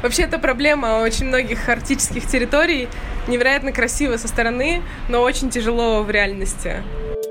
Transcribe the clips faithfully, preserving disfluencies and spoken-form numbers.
Вообще, это проблема очень многих арктических территорий. Невероятно красиво со стороны, но очень тяжело в реальности.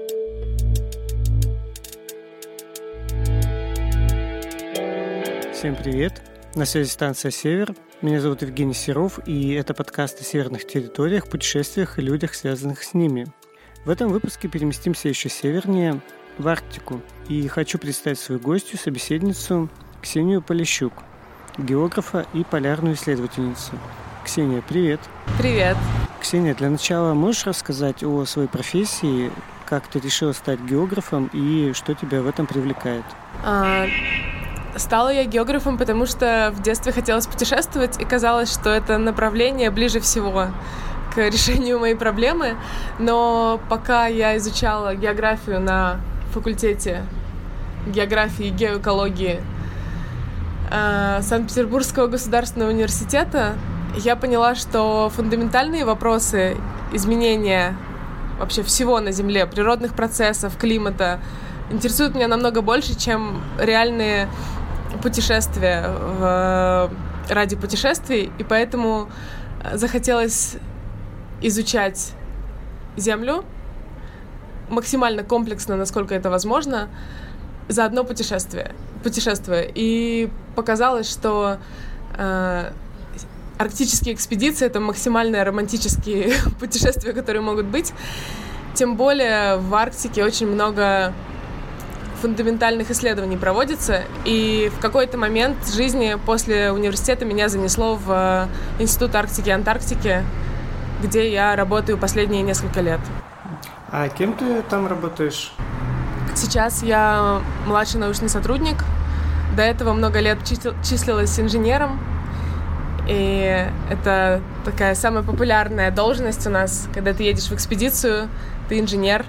Всем привет! На связи станция «Север». Меня зовут Евгений Серов, и это подкаст о северных территориях, путешествиях и людях, связанных с ними. В этом выпуске переместимся еще севернее, в Арктику. И хочу представить свою гостью, собеседницу Ксению Полищук, географа и полярную исследовательницу. Ксения, привет! Привет! Ксения, для начала можешь рассказать о своей профессии, как ты решила стать географом и что тебя в этом привлекает? А... Стала я географом, потому что в детстве хотелось путешествовать, и казалось, что это направление ближе всего к решению моей проблемы. Но пока я изучала географию на факультете географии и геоэкологии э, Санкт-Петербургского государственного университета, я поняла, что фундаментальные вопросы изменения вообще всего на Земле, природных процессов, климата, интересуют меня намного больше, чем реальные путешествия в... ради путешествий, и поэтому захотелось изучать Землю максимально комплексно, насколько это возможно, за одно путешествие, путешествуя. И показалось, что э, арктические экспедиции — это максимально романтические путешествия, которые могут быть. Тем более в Арктике очень много фундаментальных исследований проводится, и в какой-то момент жизни после университета меня занесло в Институт Арктики и Антарктики, где я работаю последние несколько лет. А кем ты там работаешь? Сейчас я младший научный сотрудник. До этого много лет числилась инженером, и это такая самая популярная должность у нас, когда ты едешь в экспедицию, ты инженер.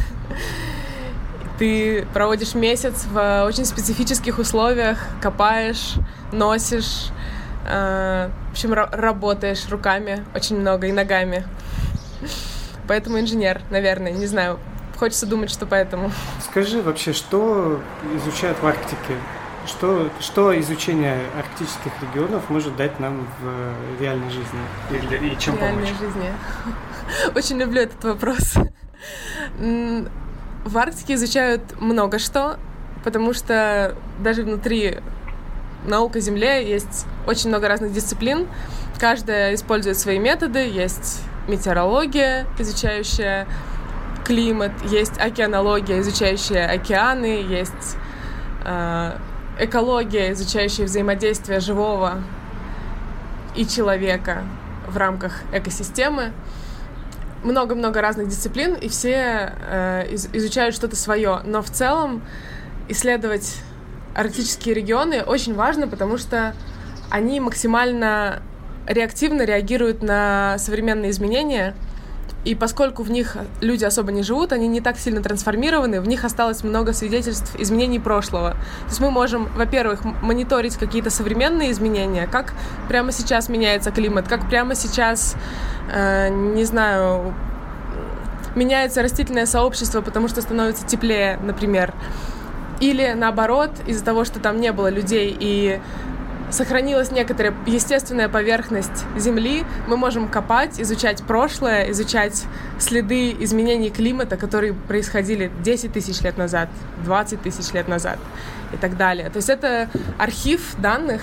Ты проводишь месяц в очень специфических условиях, копаешь, носишь, э, в общем, р- работаешь руками очень много и ногами. Поэтому инженер, наверное, не знаю. Хочется думать, что поэтому. Скажи вообще, что изучают в Арктике? Что, что изучение арктических регионов может дать нам в реальной жизни? И, и чем в реальной помочь? жизни. Очень люблю этот вопрос. В Арктике изучают много что, потому что даже внутри науки о Земле есть очень много разных дисциплин. Каждая использует свои методы. Есть метеорология, изучающая климат, есть океанология, изучающая океаны, есть э, экология, изучающая взаимодействие живого и человека в рамках экосистемы. Много-много разных дисциплин, и все э, из, изучают что-то свое. Но в целом исследовать арктические регионы очень важно, потому что они максимально реактивно реагируют на современные изменения. И поскольку в них люди особо не живут, они не так сильно трансформированы, в них осталось много свидетельств изменений прошлого. То есть мы можем, во-первых, мониторить какие-то современные изменения, как прямо сейчас меняется климат, как прямо сейчас, э, не знаю, меняется растительное сообщество, потому что становится теплее, например. Или наоборот, из-за того, что там не было людей и сохранилась некоторая естественная поверхность Земли, мы можем копать, изучать прошлое, изучать следы изменений климата, которые происходили десять тысяч лет назад, двадцать тысяч лет назад и так далее. То есть это архив данных,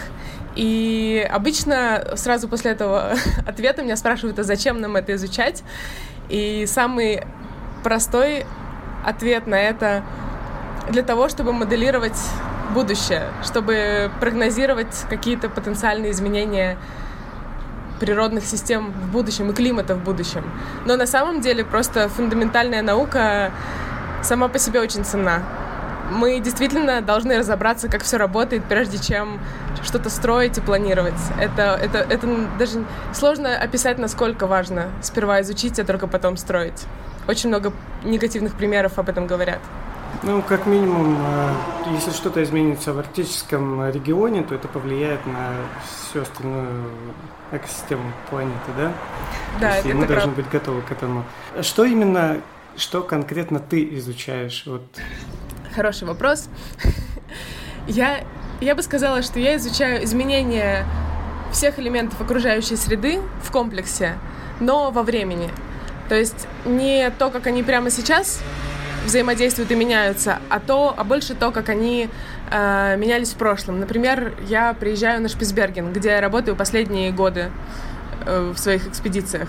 и обычно сразу после этого ответа меня спрашивают, а зачем нам это изучать? И самый простой ответ на это — для того, чтобы моделировать будущее, чтобы прогнозировать какие-то потенциальные изменения природных систем в будущем и климата в будущем. Но на самом деле просто фундаментальная наука сама по себе очень ценна. Мы действительно должны разобраться, как все работает, прежде чем что-то строить и планировать. Это, это, это даже сложно описать, насколько важно сперва изучить, а только потом строить. Очень много негативных примеров об этом говорят. Ну, как минимум, если что-то изменится в арктическом регионе, то это повлияет на всю остальную экосистему планеты, да? Да, то есть, это и мы правда. должны быть готовы к этому. Что именно, что конкретно ты изучаешь? Вот. Хороший вопрос. Я, я бы сказала, что я изучаю изменения всех элементов окружающей среды в комплексе, но во времени. То есть не то, как они прямо сейчас взаимодействуют и меняются, а то, а больше то, как они э, менялись в прошлом. Например, я приезжаю на Шпицберген, где я работаю последние годы э, в своих экспедициях.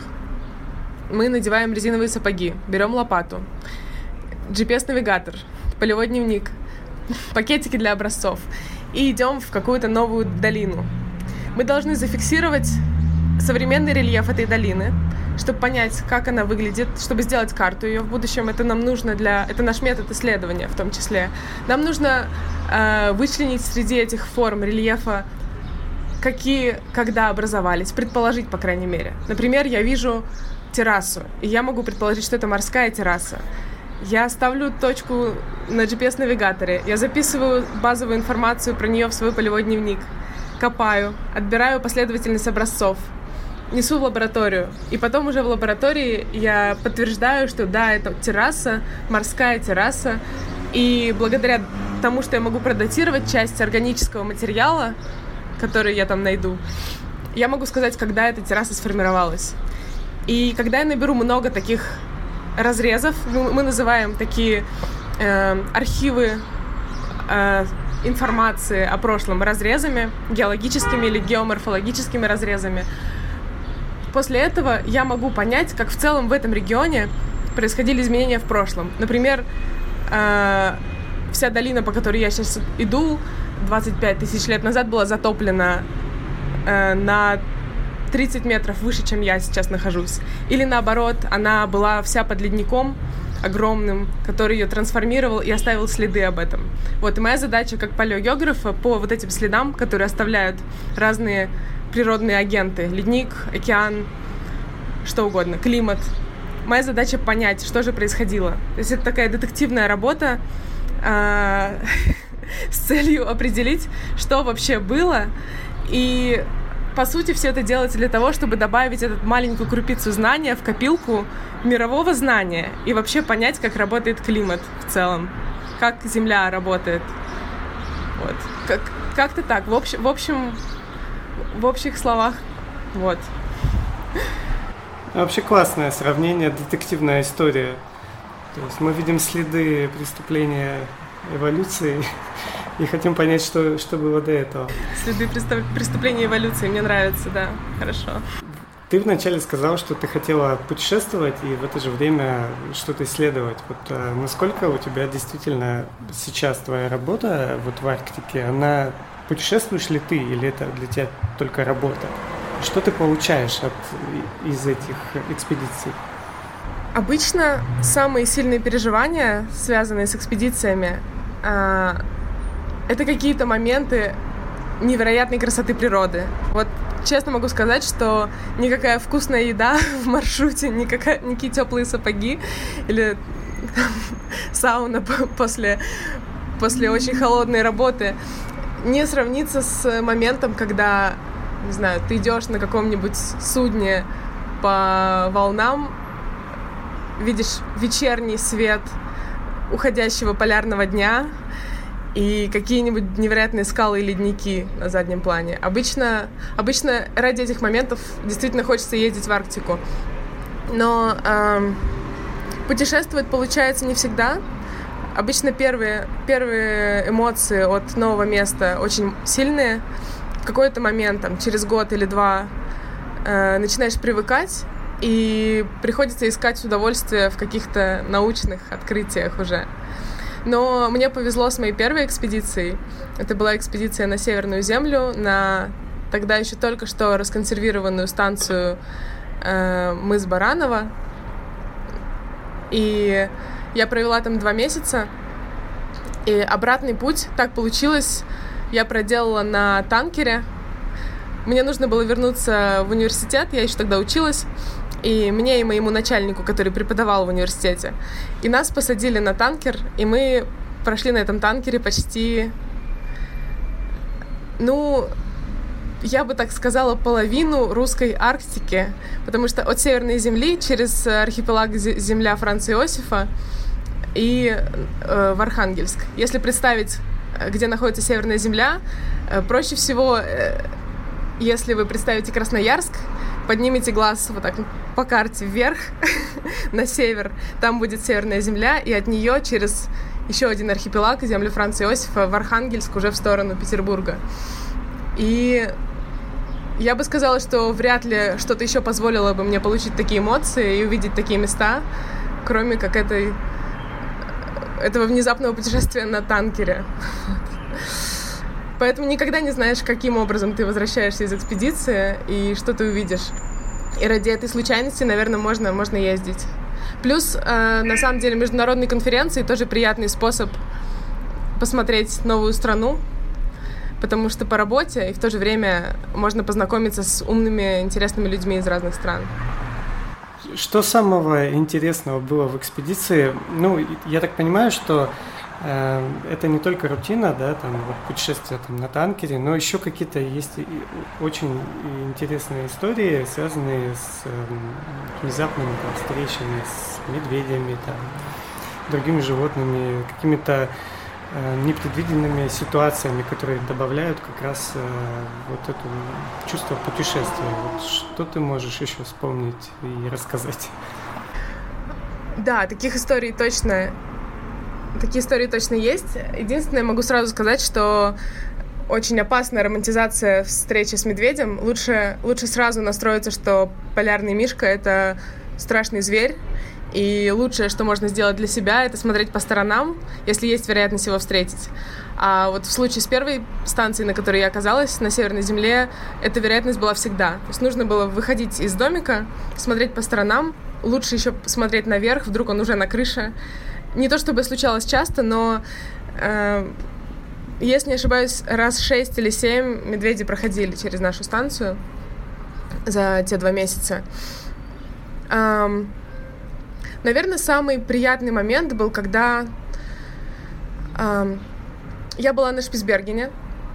Мы надеваем резиновые сапоги, берем лопату, джи пи эс-навигатор, полевой дневник, пакетики для образцов и идем в какую-то новую долину. Мы должны зафиксировать современный рельеф этой долины, чтобы понять, как она выглядит, чтобы сделать карту ее в будущем. Это нам нужно для... Это наш метод исследования в том числе. Нам нужно э, вычленить среди этих форм рельефа, какие, когда образовались, предположить, по крайней мере. Например, я вижу террасу, и я могу предположить, что это морская терраса. Я ставлю точку на джи пи эс-навигаторе, я записываю базовую информацию про нее в свой полевой дневник, копаю, отбираю последовательность образцов, несу в лабораторию. И потом уже в лаборатории я подтверждаю, что да, это терраса, морская терраса. И благодаря тому, что я могу продатировать часть органического материала, который я там найду, я могу сказать, когда эта терраса сформировалась. И когда я наберу много таких разрезов, мы называем такие э, архивы э, информации о прошлом разрезами, геологическими или геоморфологическими разрезами. После этого я могу понять, как в целом в этом регионе происходили изменения в прошлом. Например, э, вся долина, по которой я сейчас иду, двадцать пять тысяч лет назад была затоплена э, на тридцать метров выше, чем я сейчас нахожусь. Или наоборот, она была вся под ледником огромным, который ее трансформировал и оставил следы об этом. Вот, и моя задача как палеогеографа по вот этим следам, которые оставляют разные природные агенты, ледник, океан, что угодно, климат. Моя задача понять, что же происходило. То есть это такая детективная работа э, с целью определить, что вообще было. И, по сути, все это делается для того, чтобы добавить эту маленькую крупицу знания в копилку мирового знания и вообще понять, как работает климат в целом, как Земля работает. Вот. Как, как-то так. В общем, в общем, в общих словах, вот. Вообще классное сравнение, детективная история. То есть мы видим следы преступления эволюции и хотим понять, что, что было до этого. Следы преступления эволюции, мне нравится, да, хорошо. Ты вначале сказал, что ты хотела путешествовать и в это же время что-то исследовать. Вот а насколько у тебя действительно сейчас твоя работа вот в Арктике, она... Путешествуешь ли ты, или это для тебя только работа? Что ты получаешь от, из этих экспедиций? Обычно самые сильные переживания, связанные с экспедициями, э, это какие-то моменты невероятной красоты природы. Вот честно могу сказать, что никакая вкусная еда в маршруте, никакая, никакие теплые сапоги или там, сауна после, после очень холодной работы не сравнится с моментом, когда, не знаю, ты идешь на каком-нибудь судне по волнам, видишь вечерний свет уходящего полярного дня и какие-нибудь невероятные скалы и ледники на заднем плане. Обычно, обычно ради этих моментов действительно хочется ездить в Арктику. Но э, путешествовать получается не всегда. Обычно первые, первые эмоции от нового места очень сильные. В какой-то момент, там, через год или два, э, начинаешь привыкать, и приходится искать удовольствие в каких-то научных открытиях уже. Но мне повезло с моей первой экспедицией. Это была экспедиция на Северную Землю, на тогда еще только что расконсервированную станцию э, мыс Баранова. И я провела там два месяца, и обратный путь, так получилось, я проделала на танкере. Мне нужно было вернуться в университет, я еще тогда училась, и мне и моему начальнику, который преподавал в университете. И нас посадили на танкер, и мы прошли на этом танкере почти, ну, я бы так сказала, половину русской Арктики, потому что от Северной Земли через архипелаг земля Франца Иосифа и э, в Архангельск. Если представить, где находится Северная Земля, э, проще всего э, если вы представите Красноярск, поднимите глаз вот так по карте вверх, на север, там будет Северная земля, и от нее через еще один архипелаг, землю Франца Иосифа, в Архангельск, уже в сторону Петербурга. И я бы сказала, что вряд ли что-то еще позволило бы мне получить такие эмоции и увидеть такие места, кроме как этой, этого внезапного путешествия на танкере. Поэтому никогда не знаешь, каким образом ты возвращаешься из экспедиции и что ты увидишь. И ради этой случайности, наверное, можно, можно ездить. Плюс, э, на самом деле, международные конференции тоже приятный способ посмотреть новую страну, потому что по работе и в то же время можно познакомиться с умными, интересными людьми из разных стран. Что самого интересного было в экспедиции? Ну, я так понимаю, что э, это не только рутина, да, там, вот, путешествия там, на танкере, но еще какие-то есть очень интересные истории, связанные с э, внезапными там, встречами с медведями, там, другими животными, какими-то непредвиденными ситуациями, которые добавляют как раз э, вот это чувство путешествия. Вот что ты можешь еще вспомнить и рассказать? Да, таких историй точно, такие истории точно есть. Единственное, могу сразу сказать, что очень опасная романтизация встречи с медведем. Лучше, лучше сразу настроиться, что полярный мишка — это страшный зверь. И лучшее, что можно сделать для себя, это смотреть по сторонам, если есть вероятность его встретить. А вот в случае с первой станцией, на которой я оказалась, на Северной земле, эта вероятность была всегда. То есть нужно было выходить из домика, смотреть по сторонам, лучше еще смотреть наверх, вдруг он уже на крыше. Не то чтобы случалось часто, но, э, если не ошибаюсь, раз шесть или семь медведи проходили через нашу станцию за те два месяца. Эм, Наверное, самый приятный момент был, когда э, я была на Шпицбергене,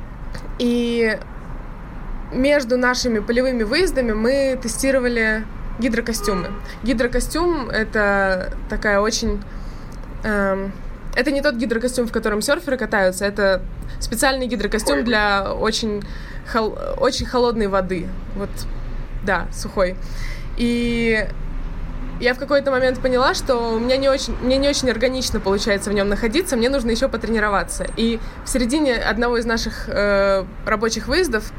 и между нашими полевыми выездами мы тестировали гидрокостюмы. Гидрокостюм — это такая очень... Э, это не тот гидрокостюм, в котором серферы катаются, это специальный гидрокостюм для очень, хол- очень холодной воды. Вот, да, сухой. И... Я в какой-то момент поняла, что у меня не очень, мне не очень органично получается в нем находиться, мне нужно еще потренироваться. И в середине одного из наших э, рабочих выездов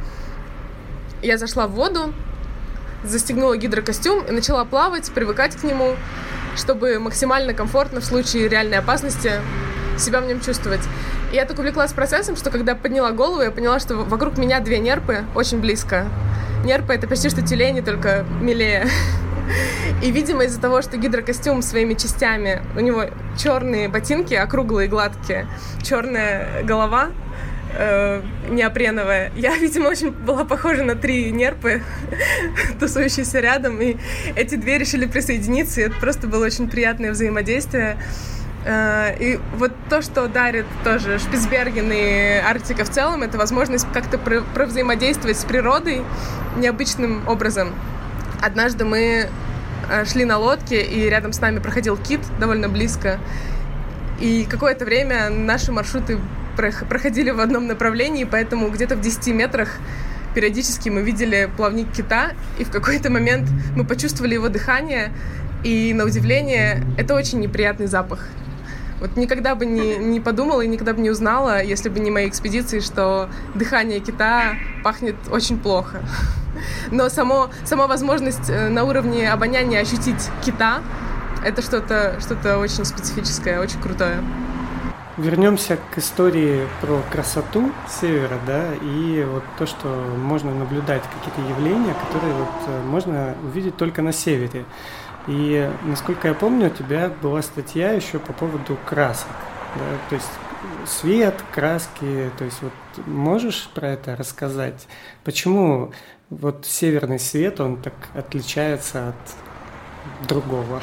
я зашла в воду, застегнула гидрокостюм и начала плавать, привыкать к нему, чтобы максимально комфортно в случае реальной опасности себя в нем чувствовать. И я так увлеклась процессом, что когда подняла голову, я поняла, что вокруг меня две нерпы очень близко. Нерпы — это почти что тюлени, только милее. И, видимо, из-за того, что гидрокостюм своими частями, у него черные ботинки, округлые, гладкие, черная голова, э, неопреновая, я, видимо, очень была похожа на три нерпы, тусующиеся рядом, и эти две решили присоединиться, и это просто было очень приятное взаимодействие. Э, и вот то, что дарит тоже Шпицберген и Арктика в целом, это возможность как-то про- провзаимодействовать с природой необычным образом. Однажды мы шли на лодке, и рядом с нами проходил кит довольно близко. И какое-то время наши маршруты проходили в одном направлении, поэтому где-то в десяти метрах периодически мы видели плавник кита, и в какой-то момент мы почувствовали его дыхание, и, на удивление, это очень неприятный запах. Вот никогда бы не, не подумала и никогда бы не узнала, если бы не мои экспедиции, что дыхание кита пахнет очень плохо. Но само, сама возможность на уровне обоняния ощутить кита — это что-то, что-то очень специфическое, очень крутое. Вернемся к истории про красоту севера, да, и вот то, что можно наблюдать, какие-то явления, которые вот можно увидеть только на севере. И, насколько я помню, у тебя была статья еще по поводу красок, да, то есть свет, краски, то есть вот можешь про это рассказать? Почему вот северный свет, он так отличается от другого?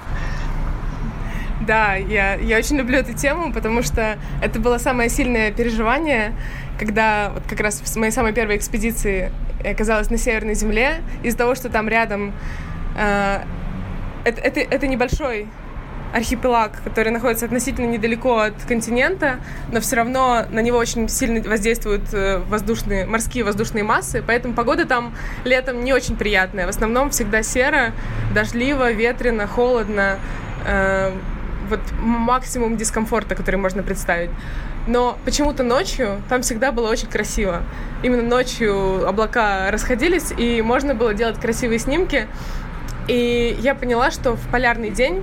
Да, я, я очень люблю эту тему, потому что это было самое сильное переживание, когда вот как раз в моей самой первой экспедиции я оказалась на Северной земле, из-за того, что там рядом э, это, это, это небольшой архипелаг, который находится относительно недалеко от континента, но все равно на него очень сильно воздействуют воздушные, морские воздушные массы, поэтому погода там летом не очень приятная. В основном всегда серо, дождливо, ветрено, холодно. Э, вот максимум дискомфорта, который можно представить. Но почему-то ночью там всегда было очень красиво. Именно ночью облака расходились, и можно было делать красивые снимки. И я поняла, что в полярный день,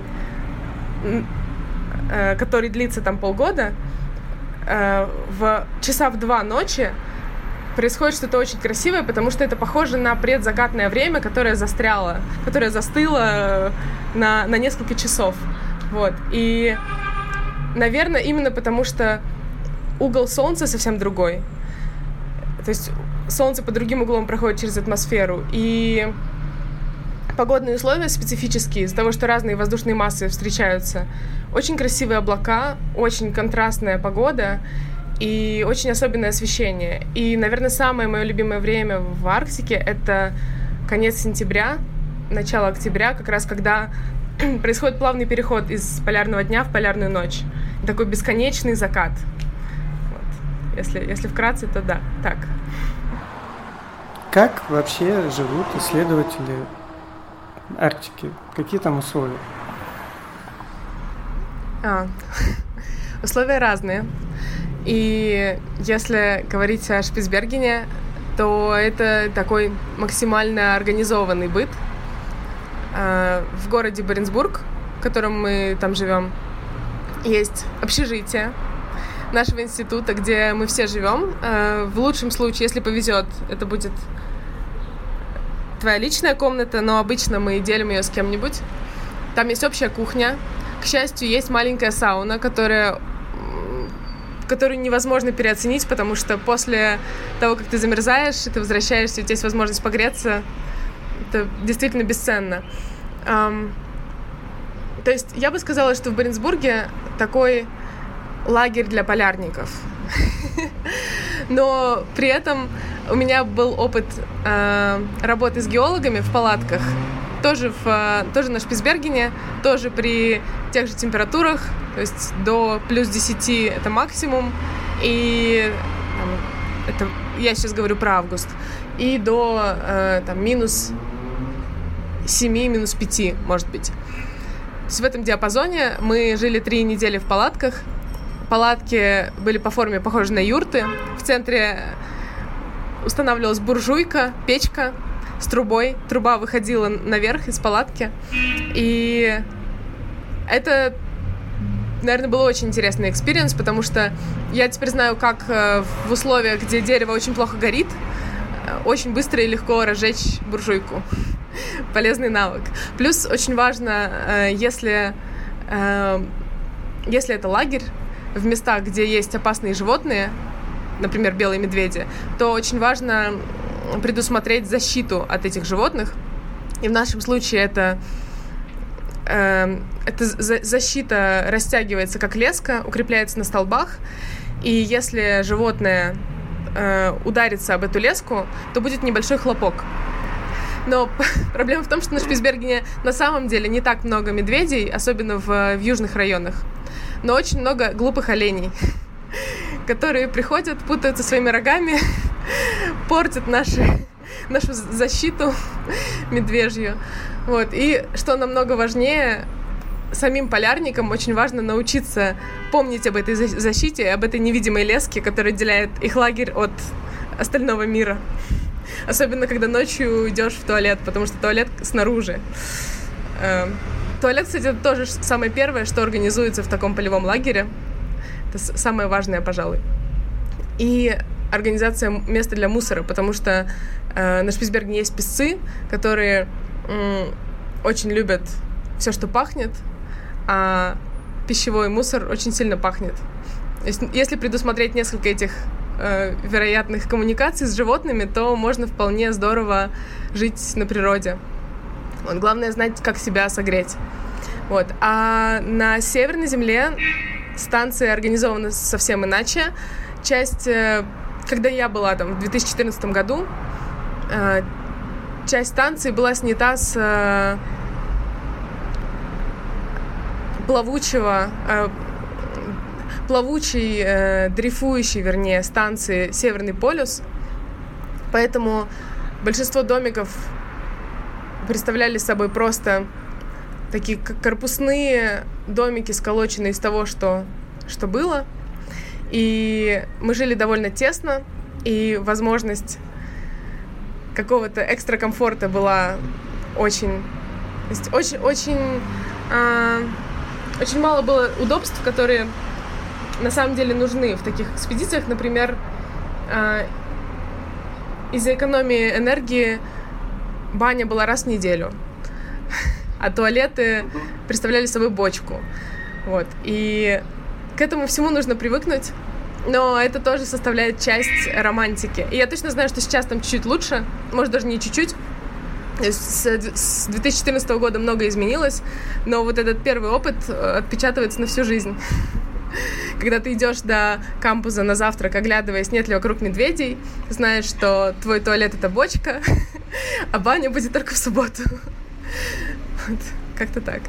который длится там полгода, в часа в два ночи происходит что-то очень красивое, потому что это похоже на предзакатное время, которое застряло, которое застыло на, на несколько часов. Вот. И, наверное, именно потому что угол Солнца совсем другой. То есть Солнце под другим углом проходит через атмосферу. И погодные условия специфические из-за того, что разные воздушные массы встречаются. Очень красивые облака, очень контрастная погода и очень особенное освещение. И, наверное, самое мое любимое время в Арктике — это конец сентября, начало октября, как раз когда происходит плавный переход из полярного дня в полярную ночь. Такой бесконечный закат. Вот. Если, если вкратце, то да, так. Как вообще живут исследователи Арктики? Какие там условия? А, условия разные. И если говорить о Шпицбергене, то это такой максимально организованный быт. В городе Баренцбург, в котором мы там живем, есть общежитие нашего института, где мы все живем. В лучшем случае, если повезет, это будет твоя личная комната, но обычно мы делим ее с кем-нибудь. Там есть общая кухня. К счастью, есть маленькая сауна, которая, которую невозможно переоценить, потому что после того, как ты замерзаешь, и ты возвращаешься, у тебя есть возможность погреться. Это действительно бесценно. Um, то есть я бы сказала, что в Баренцбурге такой лагерь для полярников. Но при этом у меня был опыт э, работы с геологами в палатках, тоже, в, тоже на Шпицбергене, тоже при тех же температурах, то есть до плюс десяти это максимум, и там, это, я сейчас говорю про август, и до э, там, минус семи, минус пяти, может быть. То есть в этом диапазоне мы жили три недели в палатках. Палатки были по форме похожи на юрты. В центре устанавливалась буржуйка, печка с трубой. Труба выходила наверх из палатки. И это, наверное, был очень интересный экспириенс, потому что я теперь знаю, как в условиях, где дерево очень плохо горит, очень быстро и легко разжечь буржуйку. Полезный навык. Плюс очень важно, если, если это лагерь, в местах, где есть опасные животные, например, белые медведи, то очень важно предусмотреть защиту от этих животных. И в нашем случае это, э, эта защита растягивается как леска, укрепляется на столбах, и если животное э, ударится об эту леску, то будет небольшой хлопок. Но проблема в том, что на Шпицбергене на самом деле не так много медведей, особенно в, в южных районах, но очень много глупых оленей, которые приходят, путаются своими рогами, портят наши, нашу защиту медвежью. Вот. И что намного важнее, самим полярникам очень важно научиться помнить об этой защите, об этой невидимой леске, которая отделяет их лагерь от остального мира. Особенно, когда ночью идешь в туалет, потому что туалет снаружи. Туалет, кстати, это тоже самое первое, что организуется в таком полевом лагере. Это самое важное, пожалуй. И организация места для мусора, потому что э, на Шпицбергене есть песцы, которые э, очень любят все, что пахнет, а пищевой мусор очень сильно пахнет. Если, если предусмотреть несколько этих э, вероятных коммуникаций с животными, то можно вполне здорово жить на природе. Вот, главное знать, как себя согреть. Вот. А на Северной Земле станции организованы совсем иначе. Часть, когда я была там в две тысячи четырнадцатом году, часть станции была снята с плавучего, э, плавучей, э, дрейфующей, вернее, станции Северный полюс. Поэтому большинство домиков представляли собой просто такие корпусные домики, сколоченные из того, что, что было. И мы жили довольно тесно, и возможность какого-то экстра комфорта была очень... То есть очень, очень, э, очень мало было удобств, которые на самом деле нужны в таких экспедициях. Например, э, из-за экономии энергии баня была раз в неделю, а туалеты представляли собой бочку. Вот. И к этому всему нужно привыкнуть, но это тоже составляет часть романтики. И я точно знаю, что сейчас там чуть-чуть лучше, может, даже не чуть-чуть. С две тысячи четырнадцатого года многое изменилось, но вот этот первый опыт отпечатывается на всю жизнь. Когда ты идешь до кампуса на завтрак, оглядываясь, нет ли вокруг медведей, знаешь, что твой туалет — это бочка, а баня будет только в субботу. Вот, как-то так.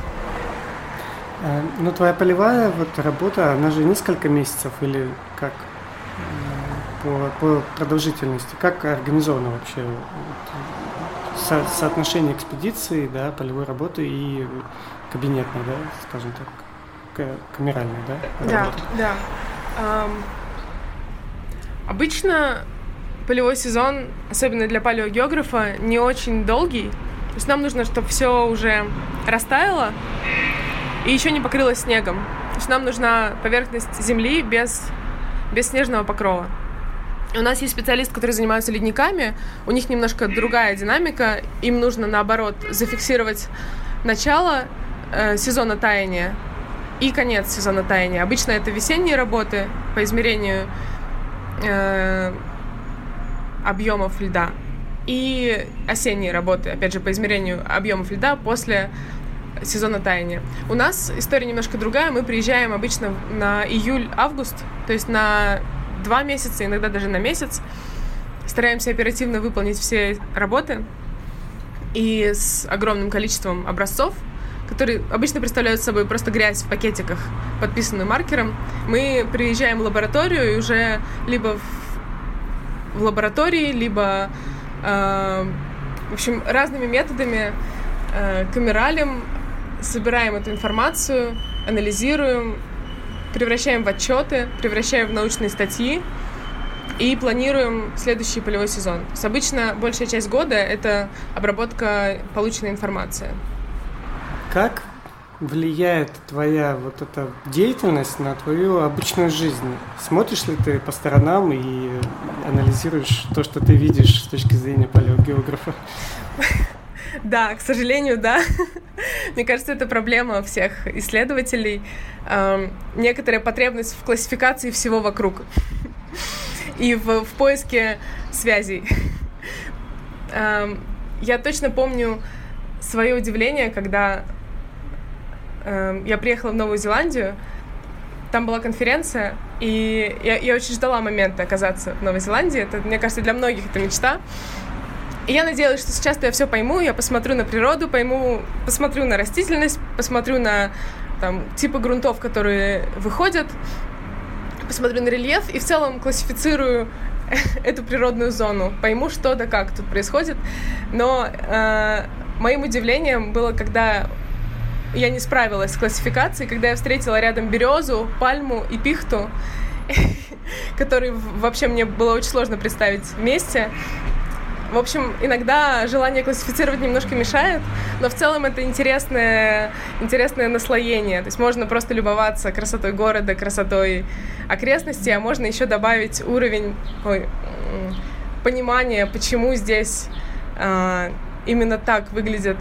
Ну, твоя полевая вот работа, она же несколько месяцев или как по, по продолжительности? Как организовано вообще со, соотношение экспедиции, да, полевой работы и кабинетной, да, скажем так, камеральной, да, работы? Да, да. Um, обычно полевой сезон, особенно для палеогеографа, не очень долгий. То есть нам нужно, чтобы все уже растаяло и еще не покрылось снегом. То есть нам нужна поверхность земли без, без снежного покрова. У нас есть специалисты, которые занимаются ледниками. У них немножко другая динамика. Им нужно, наоборот, зафиксировать начало э, сезона таяния и конец сезона таяния. Обычно это весенние работы по измерению э, объемов льда и осенние работы, опять же, по измерению объемов льда после сезона таяния. У нас история немножко другая. Мы приезжаем обычно на июль-август, то есть на два месяца, иногда даже на месяц. Стараемся оперативно выполнить все работы и с огромным количеством образцов, которые обычно представляют собой просто грязь в пакетиках, подписанную маркером. Мы приезжаем в лабораторию и уже либо в, в лаборатории, либо э, в общем, разными методами э, камералем собираем эту информацию, анализируем, превращаем в отчеты, превращаем в научные статьи и планируем следующий полевой сезон. То есть обычно большая часть года — это обработка полученной информации. Как влияет твоя вот эта деятельность на твою обычную жизнь? Смотришь ли ты по сторонам и анализируешь то, что ты видишь с точки зрения палеогеографа? Да, к сожалению, да. Мне кажется, это проблема всех исследователей. Эм, некоторая потребность в классификации всего вокруг и в, в поиске связей. Эм, я точно помню свое удивление, когда эм, я приехала в Новую Зеландию. Там была конференция, и я, я очень ждала момента оказаться в Новой Зеландии. Это, мне кажется, для многих это мечта. И я надеялась, что сейчас-то я все пойму, я посмотрю на природу, пойму, посмотрю на растительность, посмотрю на там, типы грунтов, которые выходят, посмотрю на рельеф и в целом классифицирую эту природную зону, пойму, что да как тут происходит. Но э, моим удивлением было, когда я не справилась с классификацией, когда я встретила рядом березу, пальму и пихту, которые вообще мне было очень сложно представить вместе. В общем, иногда желание классифицировать немножко мешает, но в целом это интересное, интересное наслоение. То есть можно просто любоваться красотой города, красотой окрестностей, а можно еще добавить уровень ой, понимания, почему здесь э, именно так выглядит,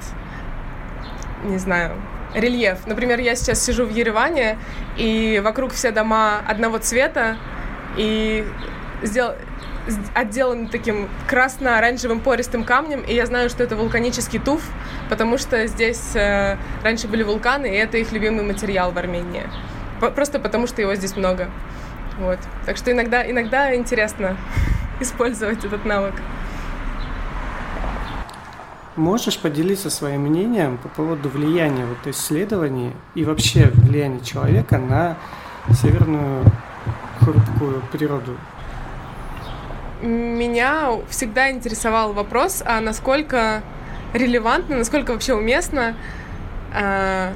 не знаю, рельеф. Например, я сейчас сижу в Ереване, и вокруг все дома одного цвета, и сделал... отделан таким красно-оранжевым пористым камнем, и я знаю, что это вулканический туф, потому что здесь э, раньше были вулканы, и это их любимый материал в Армении. П- просто потому, что его здесь много. Вот. Так что иногда, иногда интересно использовать этот навык. можешь поделиться своим мнением по поводу влияния вот исследований и вообще влияния человека на северную хрупкую природу? Меня всегда интересовал вопрос, а насколько релевантно, насколько вообще уместно э,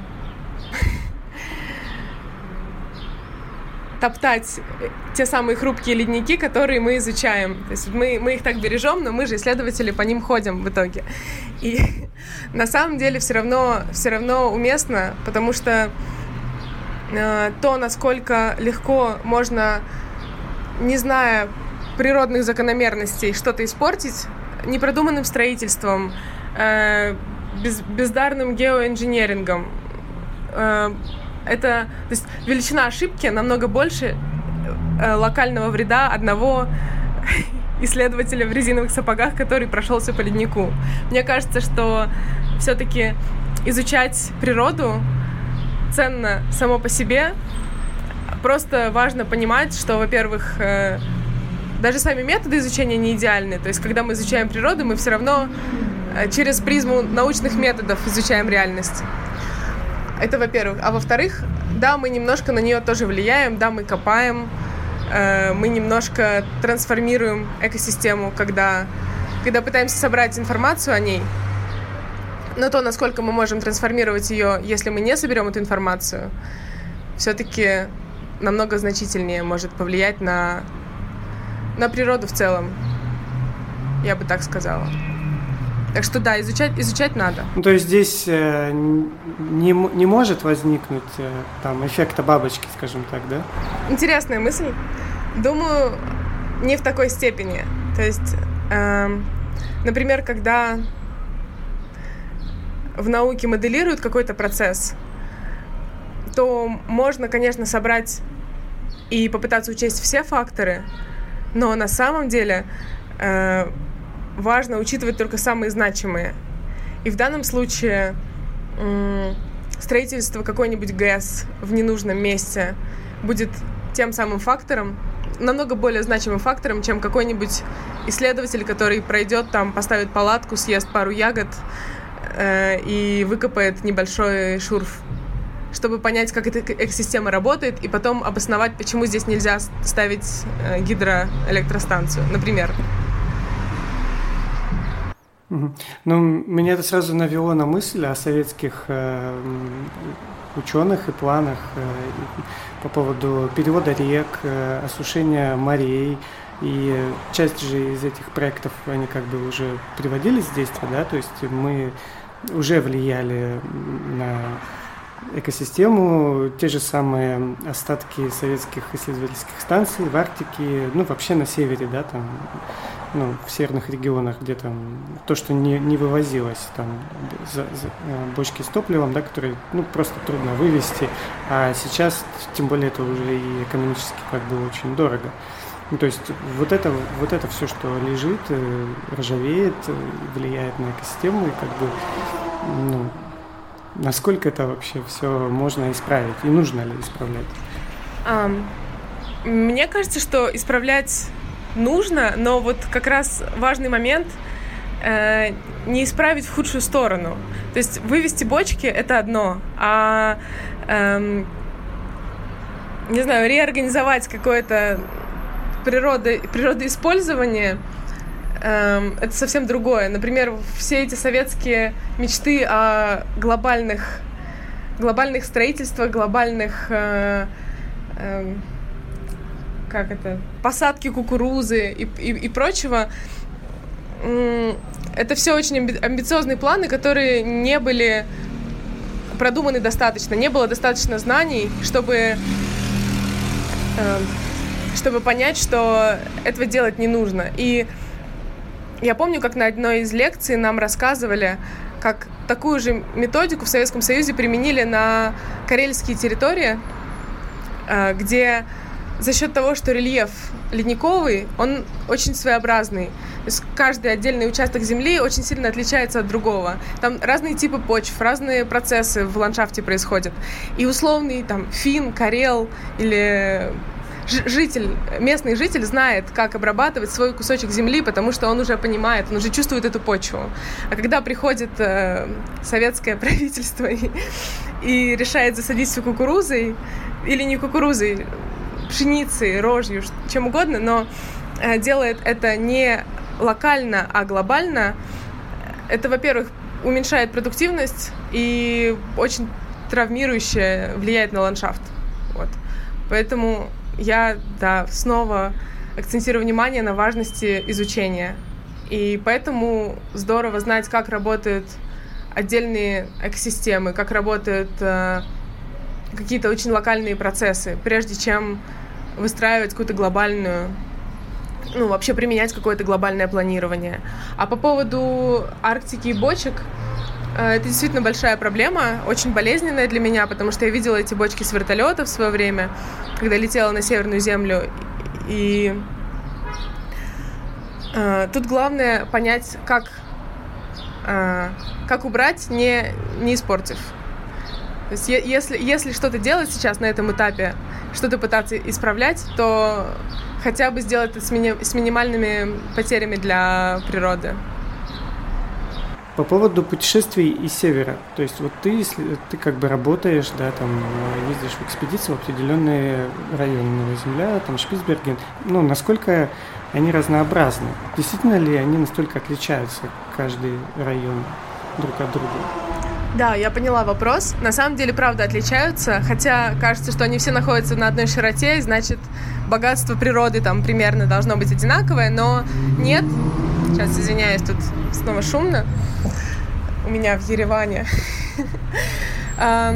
топтать те самые хрупкие ледники, которые мы изучаем. То есть мы, мы их так бережем, но мы же, исследователи, по ним ходим в итоге. И на самом деле все равно, все равно уместно, потому что э, то, насколько легко можно, не зная природных закономерностей, что-то испортить непродуманным строительством, э, без, бездарным геоинженерингом. Э, это, то есть величина ошибки намного больше э, локального вреда одного исследователя в резиновых сапогах, который прошелся по леднику. Мне кажется, что все-таки изучать природу ценно само по себе. Просто важно понимать, что, во-первых, э, даже сами методы изучения не идеальны. То есть, когда мы изучаем природу, мы все равно через призму научных методов изучаем реальность. Это во-первых. А во-вторых, да, мы немножко на нее тоже влияем, да, мы копаем, э, мы немножко трансформируем экосистему, когда, когда пытаемся собрать информацию о ней. Но то, насколько мы можем трансформировать ее, если мы не соберем эту информацию, все-таки намного значительнее может повлиять на на природу в целом, я бы так сказала. Так что да, изучать, изучать надо. Ну, то есть здесь э, не, не может возникнуть э, там эффекта бабочки, скажем так, да? Интересная мысль. Думаю, не в такой степени. То есть, э, например, когда в науке моделируют какой-то процесс, то можно, конечно, собрать и попытаться учесть все факторы, но на самом деле э, важно учитывать только самые значимые. И в данном случае э, строительство какой-нибудь ГЭС в ненужном месте будет тем самым фактором, намного более значимым фактором, чем какой-нибудь исследователь, который пройдет там, поставит палатку, съест пару ягод э, и выкопает небольшой шурф, чтобы понять, как эта экосистема работает, и потом обосновать, почему здесь нельзя ставить э, гидроэлектростанцию, например. Угу. Ну, меня это сразу навело на мысль о советских э, ученых и планах э, по поводу перевода рек, э, осушения морей. И часть же из этих проектов, они как бы уже приводились в действие, да, то есть мы уже влияли на экосистему, те же самые остатки советских исследовательских станций в Арктике, ну, вообще на севере, да, там, ну, в северных регионах, где там то, что не, не вывозилось, там, за, за, бочки с топливом, да, которые, ну, просто трудно вывести, а сейчас, тем более, это уже и экономически как бы очень дорого. Ну, то есть вот это, вот это все, что лежит, ржавеет, влияет на экосистему, и как бы, ну, насколько это вообще все можно исправить? И нужно ли исправлять? Um, мне кажется, что исправлять нужно, но вот как раз важный момент э, не исправить в худшую сторону. То есть вывести бочки — это одно, а э, не знаю, реорганизовать какое-то природы, природоиспользование э, это совсем другое. Например, все эти советские мечты о глобальных, глобальных строительствах, глобальных э, э, как это, посадки кукурузы и, и, и прочего, э, это все очень амбициозные планы, которые не были продуманы достаточно, не было достаточно знаний, чтобы э, чтобы понять, что этого делать не нужно. И я помню, как на одной из лекций нам рассказывали, как такую же методику в Советском Союзе применили на карельские территории, где за счет того, что рельеф ледниковый, он очень своеобразный. То есть каждый отдельный участок земли очень сильно отличается от другого. Там разные типы почв, разные процессы в ландшафте происходят. И условный там фин, карел или житель, местный житель знает, как обрабатывать свой кусочек земли, потому что он уже понимает, он уже чувствует эту почву. А когда приходит э, советское правительство и, и решает засадить все кукурузой, или не кукурузой, пшеницей, рожью, чем угодно, но э, делает это не локально, а глобально, это, во-первых, уменьшает продуктивность и очень травмирующе влияет на ландшафт. Вот. Поэтому я, да, снова акцентирую внимание на важности изучения. И поэтому здорово знать, как работают отдельные экосистемы, как работают э, какие-то очень локальные процессы, прежде чем выстраивать какую-то глобальную, ну, вообще применять какое-то глобальное планирование. А по поводу Арктики и бочек, это действительно большая проблема, очень болезненная для меня, потому что я видела эти бочки с вертолета в свое время, когда летела на Северную Землю. И э, тут главное понять, как, э, как убрать, не, не испортив. То есть если, если что-то делать сейчас на этом этапе, что-то пытаться исправлять, то хотя бы сделать это с, мини, с минимальными потерями для природы. По поводу путешествий из севера, то есть вот ты, если ты как бы работаешь, да, там ездишь в экспедиции в определенные районы, Новая Земля, там Шпицберген, ну, насколько они разнообразны? Действительно ли они настолько отличаются, каждый район, друг от друга? Да, я поняла вопрос. На самом деле, правда, отличаются, хотя кажется, что они все находятся на одной широте, и значит, богатство природы там примерно должно быть одинаковое, но нет. Сейчас, извиняюсь, тут снова шумно. У меня в Ереване. На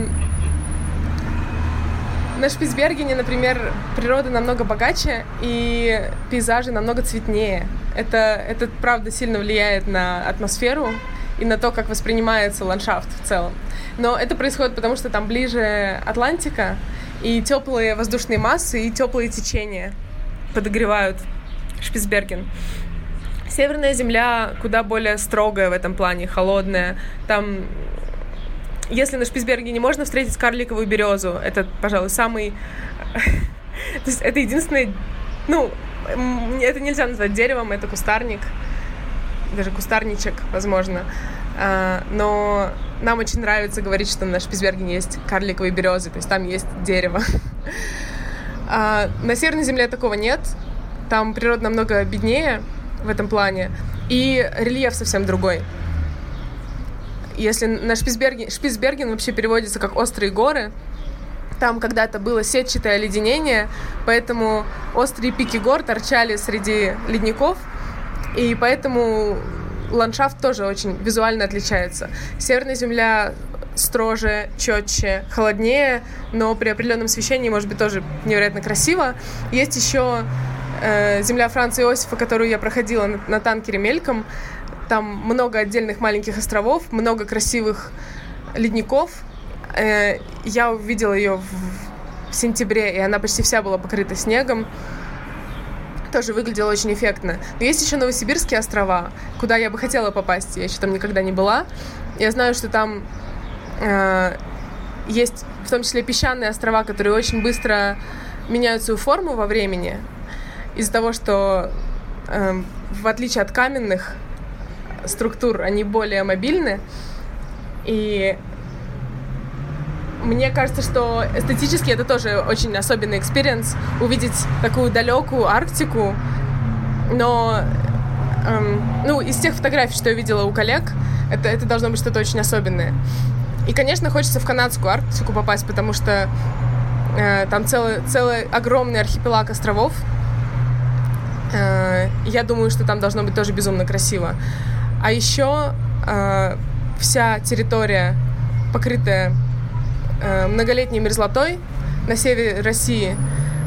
Шпицбергене, например, природа намного богаче и пейзажи намного цветнее. Это, это правда сильно влияет на атмосферу и на то, как воспринимается ландшафт в целом. Но это происходит потому, что там ближе Атлантика, и теплые воздушные массы, и теплые течения подогревают Шпицберген. Северная Земля куда более строгая в этом плане, холодная. Там, если на Шпицбергене можно встретить карликовую березу, это, пожалуй, самый... То есть это единственное... Ну, это нельзя назвать деревом, это кустарник. Даже кустарничек, возможно. Но нам очень нравится говорить, что на Шпицбергене есть карликовые березы, то есть там есть дерево. На Северной Земле такого нет. Там природа намного беднее в этом плане, и рельеф совсем другой. Если на Шпицберген, Шпицберген вообще переводится как «острые горы», там когда-то было сетчатое оледенение, поэтому острые пики гор торчали среди ледников, и поэтому ландшафт тоже очень визуально отличается. Северная Земля строже, четче, холоднее, но при определенном освещении может быть тоже невероятно красиво. Есть еще земля Франца Иосифа, которую я проходила на, на танкере мельком. Там много отдельных маленьких островов, много красивых ледников. Э, я увидела ее в, в сентябре, и она почти вся была покрыта снегом. Тоже выглядела очень эффектно. Но есть еще Новосибирские острова, куда я бы хотела попасть. Я еще там никогда не была. Я знаю, что там э, есть в том числе песчаные острова, которые очень быстро меняют свою форму во времени. Из-за того, что э, в отличие от каменных структур, они более мобильны. И мне кажется, что эстетически это тоже очень особенный экспириенс, увидеть такую далекую Арктику. Но э, ну, из тех фотографий, что я видела у коллег, это, это должно быть что-то очень особенное. И, конечно, хочется в канадскую Арктику попасть, потому что э, там целый, целый огромный архипелаг островов. Я думаю, что там должно быть тоже безумно красиво. А еще э, вся территория, покрытая э, многолетней мерзлотой на севере России,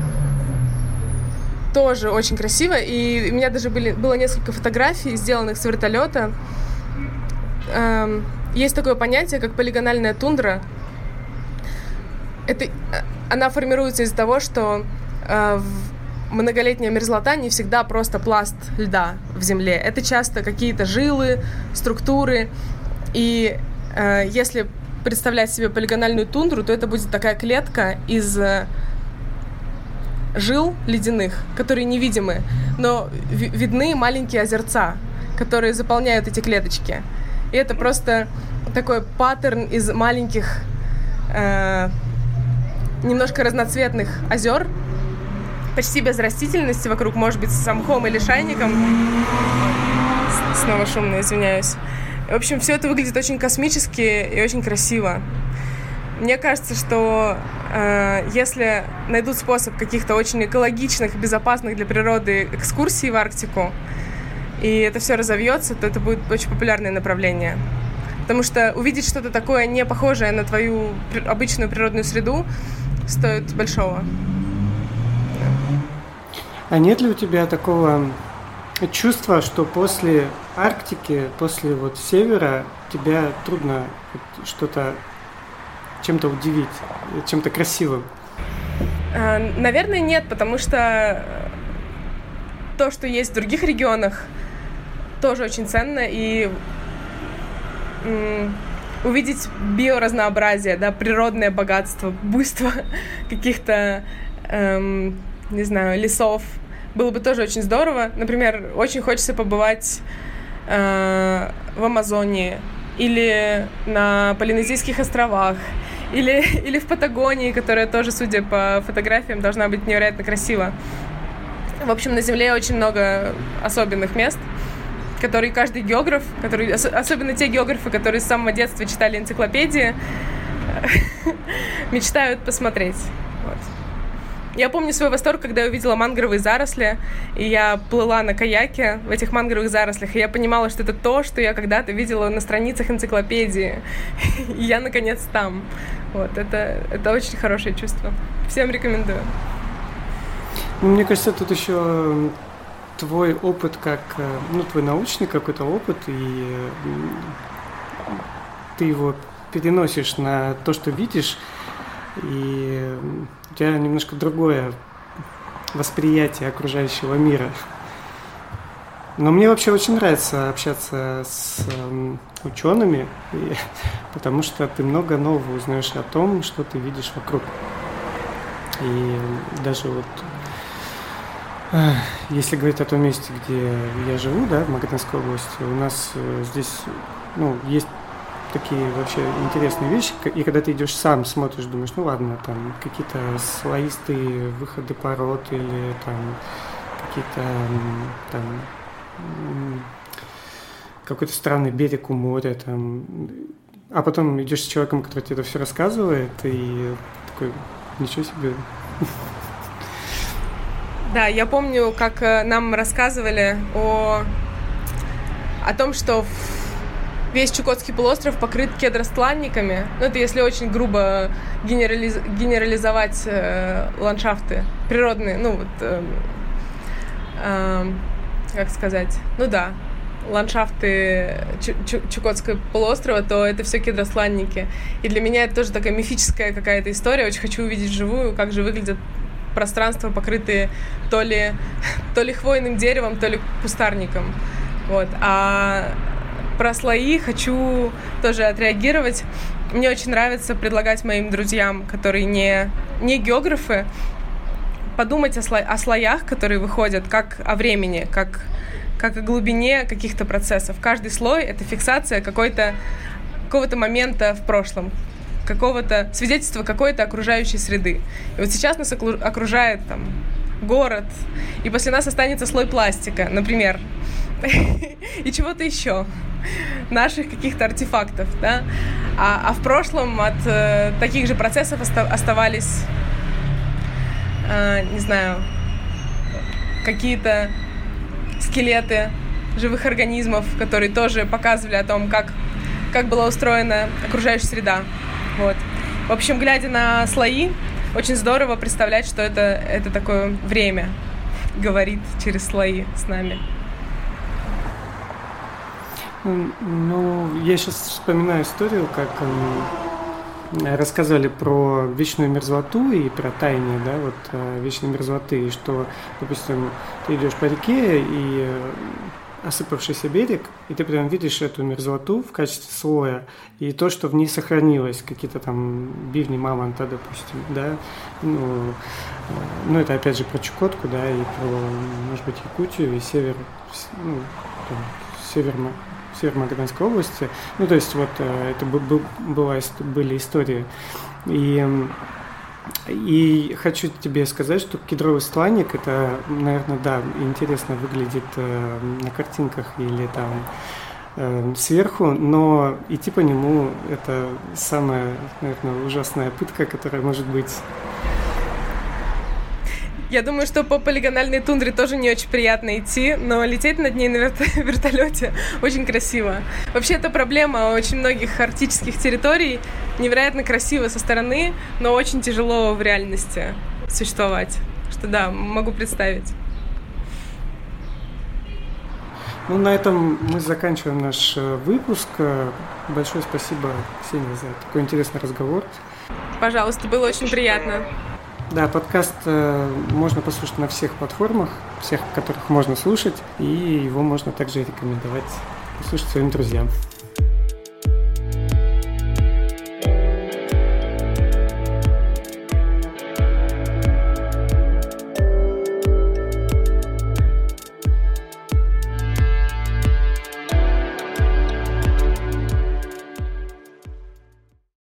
тоже очень красиво. И у меня даже были, было несколько фотографий, сделанных с вертолета. Э, есть такое понятие, как полигональная тундра. Это, она формируется из-за того, что э, в многолетняя мерзлота не всегда просто пласт льда в земле. Это часто какие-то жилы, структуры. И э, если представлять себе полигональную тундру, то это будет такая клетка из жил ледяных, которые невидимы, но ви- видны маленькие озерца, которые заполняют эти клеточки. И это просто такой паттерн из маленьких, э, немножко разноцветных озер, почти без растительности вокруг, может быть, с мхом или шайником. Снова шумно, извиняюсь. В общем, все это выглядит очень космически и очень красиво. Мне кажется, что э, если найдут способ каких-то очень экологичных, безопасных для природы экскурсий в Арктику, и это все разовьется, то это будет очень популярное направление. Потому что увидеть что-то такое, не похожее на твою обычную природную среду, стоит большого. А нет ли у тебя такого чувства, что после Арктики, после вот севера, тебя трудно что-то чем-то удивить, чем-то красивым? Наверное, нет, потому что то, что есть в других регионах, тоже очень ценно, и м- увидеть биоразнообразие, да, природное богатство, буйство каких-то, эм, не знаю, лесов, было бы тоже очень здорово. Например, очень хочется побывать э, в Амазонии или на Полинезийских островах, или, или в Патагонии, которая тоже, судя по фотографиям, должна быть невероятно красива. В общем, на Земле очень много особенных мест, которые каждый географ, который, особенно те географы, которые с самого детства читали энциклопедии, мечтают посмотреть. Вот. Я помню свой восторг, когда я увидела мангровые заросли, и я плыла на каяке в этих мангровых зарослях, и я понимала, что это то, что я когда-то видела на страницах энциклопедии. И я, наконец, там. Вот, это, это очень хорошее чувство. Всем рекомендую. Ну, мне кажется, тут еще твой опыт как, ну, твой научный какой-то опыт, и ты его переносишь на то, что видишь, и у тебя немножко другое восприятие окружающего мира. Но мне вообще очень нравится общаться с учеными, и, потому что ты много нового узнаешь о том, что ты видишь вокруг. И даже вот если говорить о том месте, где я живу, да, в Магаданской области, у нас здесь, ну, есть такие вообще интересные вещи, и когда ты идешь сам, смотришь, думаешь, ну ладно, там какие-то слоистые выходы пород или там какие-то там какой-то странный берег у моря, там, а потом идешь с человеком, который тебе это все рассказывает, и такой, ничего себе. Да, я помню, как нам рассказывали о, о том, что весь Чукотский полуостров покрыт кедростланниками. Ну, это если очень грубо генерализ... генерализовать э, ландшафты природные, ну, вот, э, э, как сказать, ну да, ландшафты Чу- Чукотского полуострова, то это все кедростланники. И для меня это тоже такая мифическая какая-то история. Очень хочу увидеть вживую, как же выглядят пространства, покрытые то ли, то ли хвойным деревом, то ли кустарником. Вот. А про слои хочу тоже отреагировать. Мне очень нравится предлагать моим друзьям, которые не, не географы, подумать о, сло, о слоях, которые выходят, как о времени, как, как о глубине каких-то процессов. Каждый слой — это фиксация какой-то, какого-то момента в прошлом, какого-то свидетельства какой-то окружающей среды. И вот сейчас нас окружает там город, и после нас останется слой пластика, например, и чего-то еще, наших каких-то артефактов, да. А, а в прошлом от э, таких же процессов оста- оставались, э, не знаю, какие-то скелеты живых организмов, которые тоже показывали о том, как, как была устроена окружающая среда. Вот. В общем, глядя на слои, очень здорово представлять, что это, это такое время говорит через слои с нами. Ну, я сейчас вспоминаю историю, как э, рассказывали про вечную мерзлоту и про таяние, да, вот э, вечной мерзлоты, и что, допустим, ты идешь по реке, и осыпавшийся берег, и ты прям видишь эту мерзлоту в качестве слоя, и то, что в ней сохранилось, какие-то там бивни мамонта, допустим, да, ну, ну это опять же про Чукотку, да, и про, может быть, Якутию и север, ну, там, север, Северо-Магаданской области, ну, то есть вот это была, были истории, и И хочу тебе сказать, что кедровый стланник, это, наверное, да, интересно выглядит э, на картинках или там э, сверху, но идти по нему – это самая, наверное, ужасная пытка, которая может быть. Я думаю, что по полигональной тундре тоже не очень приятно идти, но лететь над ней на вертолете очень красиво. Вообще, это проблема очень многих арктических территорий. Невероятно красиво со стороны, но очень тяжело в реальности существовать. Что да, могу представить. Ну, на этом мы заканчиваем наш выпуск. Большое спасибо, Ксения, за такой интересный разговор. Пожалуйста, было очень приятно. Да, подкаст э, можно послушать на всех платформах, всех, которых можно слушать, и его можно также рекомендовать слушать своим друзьям.